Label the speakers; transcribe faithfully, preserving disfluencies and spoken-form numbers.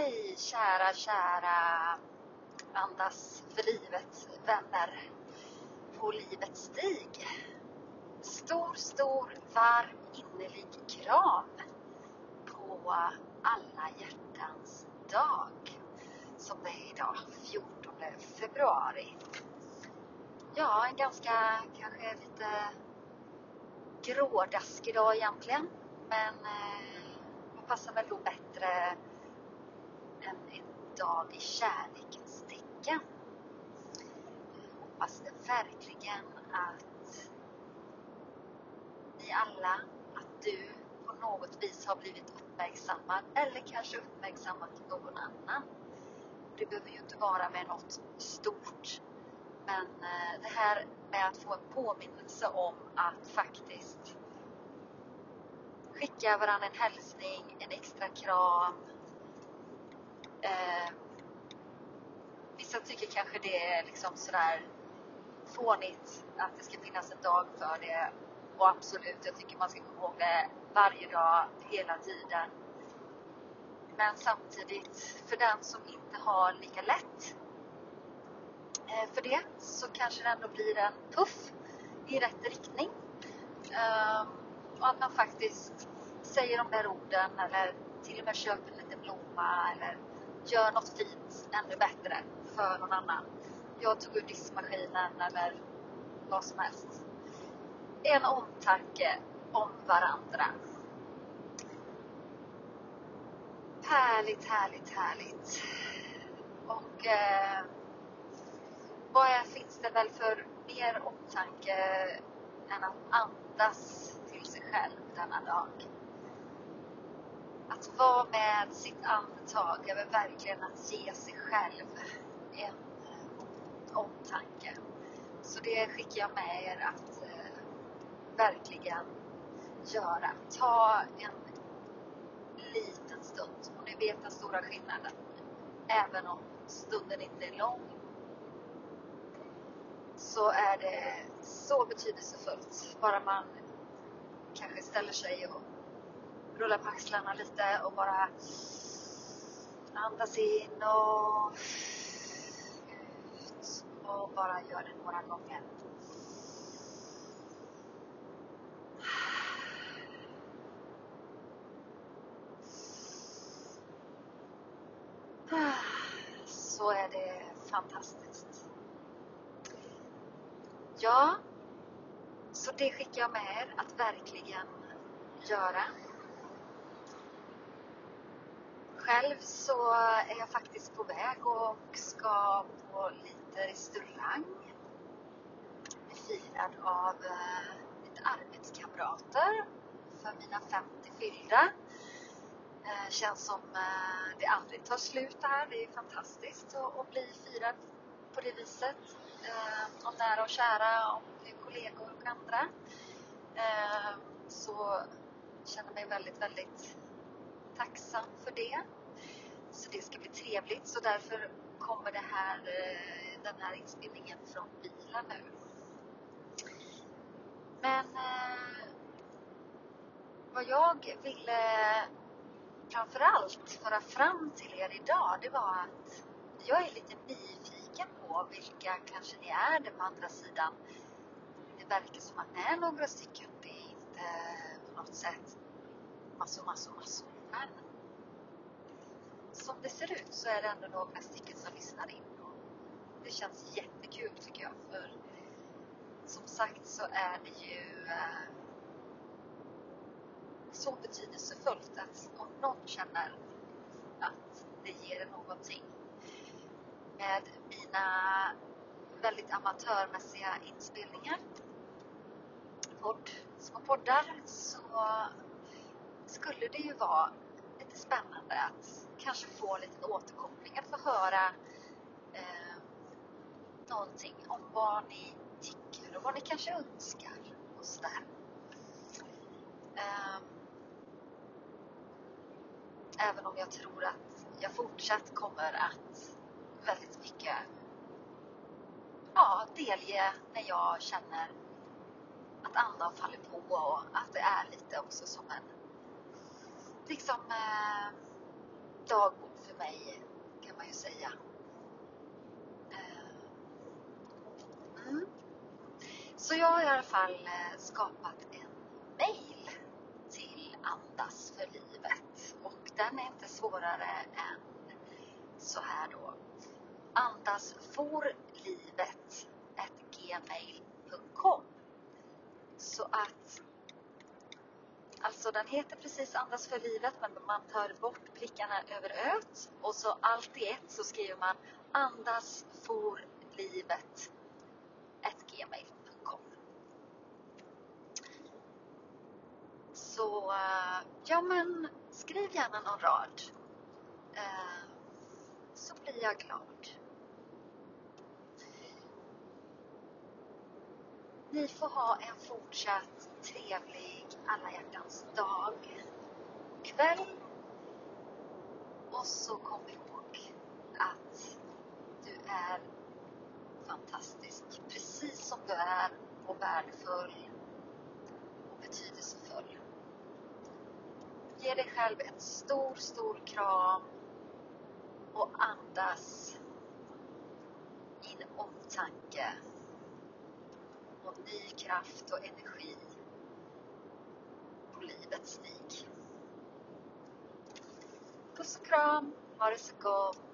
Speaker 1: Hej kära, kära Andas för livet vänner på livets stig. Stor, stor, varm, innerlig kram på alla hjärtans dag som det är idag, fjortonde februari. Ja, en ganska kanske lite grådaskig dag egentligen, men eh, det passar väl då bättre än en dag i kärlekens tecken. Jag hoppas det verkligen att ni alla, att du på något vis har blivit uppmärksammad eller kanske uppmärksammat någon annan. Det behöver ju inte vara med något stort, men det här med att få en påminnelse om att faktiskt skicka varandra en hälsning, en extra kram. Eh, vissa tycker kanske det är liksom sådär fånigt att det ska finnas en dag för det, och absolut, jag tycker man ska komma ihåg det varje dag, hela tiden. Men samtidigt, för den som inte har lika lätt eh, för det, så kanske det ändå blir en puff i rätt riktning. Eh, och att man faktiskt säger de där orden, eller till och med köper en liten blomma, eller gör något fint ännu bättre för någon annan. Jag tog ur diskmaskinen eller vad som helst. En omtanke om varandra. Härligt, härligt, härligt. Och eh, vad är, finns det väl för mer omtanke än att andas till sig själv denna dag? Att vara med sitt andetag är väl verkligen att ge sig själv en omtanke. Så det skickar jag med er att eh, verkligen göra. Ta en liten stund. Och ni vet den stora skillnaden. Även om stunden inte är lång, så är det så betydelsefullt. Bara man kanske ställer sig och rullar på axlarna lite och bara andas in och ut och bara gör det några gånger. Så är det fantastiskt. Ja, så det skickar jag med er att verkligen göra. Själv så är jag faktiskt på väg och ska på lite restaurang. Jag är firad av lite arbetskamrater för mina femtio fyllda. Känns som det aldrig tar slut här. Det är fantastiskt att bli firad på det viset. Om nära och kära, om det är kollegor och andra. Så känner mig väldigt, väldigt tacksam för det. Så det ska bli trevligt. Så därför kommer det här, den här inspelningen från bilen nu. Men vad jag ville framförallt föra fram till er idag, det var att jag är lite nyfiken på vilka kanske ni är där på andra sidan. Det verkar som att det är några stycken. Det är inte på något sätt massor, massor, massor. Men som det ser ut så är det ändå några stycken som lyssnar in. Och det känns jättekul tycker jag. För som sagt så är det ju eh, så betydelsefullt att om någon känner att det ger någonting. Med mina väldigt amatörmässiga inspelningar, podd, små poddar, så skulle det ju vara lite spännande att kanske få en liten återkoppling, att få höra eh, någonting om vad ni tycker och vad ni kanske önskar och sådär. Eh, även om jag tror att jag fortsatt kommer att väldigt mycket ja, delge när jag känner att andan faller på, och att det är lite också som en liksom eh, dagbok för mig, kan man ju säga. Mm. Så jag har i alla fall skapat en mail till Andas för livet. Och den är inte svårare än så här då. andasforlivet at gmail punkt com. Så att alltså den heter precis Andas för livet, men man tar bort prickarna över öt och så allt i ett så skriver man andasforlivet at gmail punkt com. Så ja, men skriv gärna någon rad, så blir jag glad. Ni får ha en fortsatt trevlig alla hjärtans dag, kväll. Och så kom ihåg att du är fantastisk precis som du är, och värdefull och betydelsefull. Ge dig själv en stor, stor kram och andas in omtanke och ny kraft och energi på livets stig. Puss och kram, ha det så gott.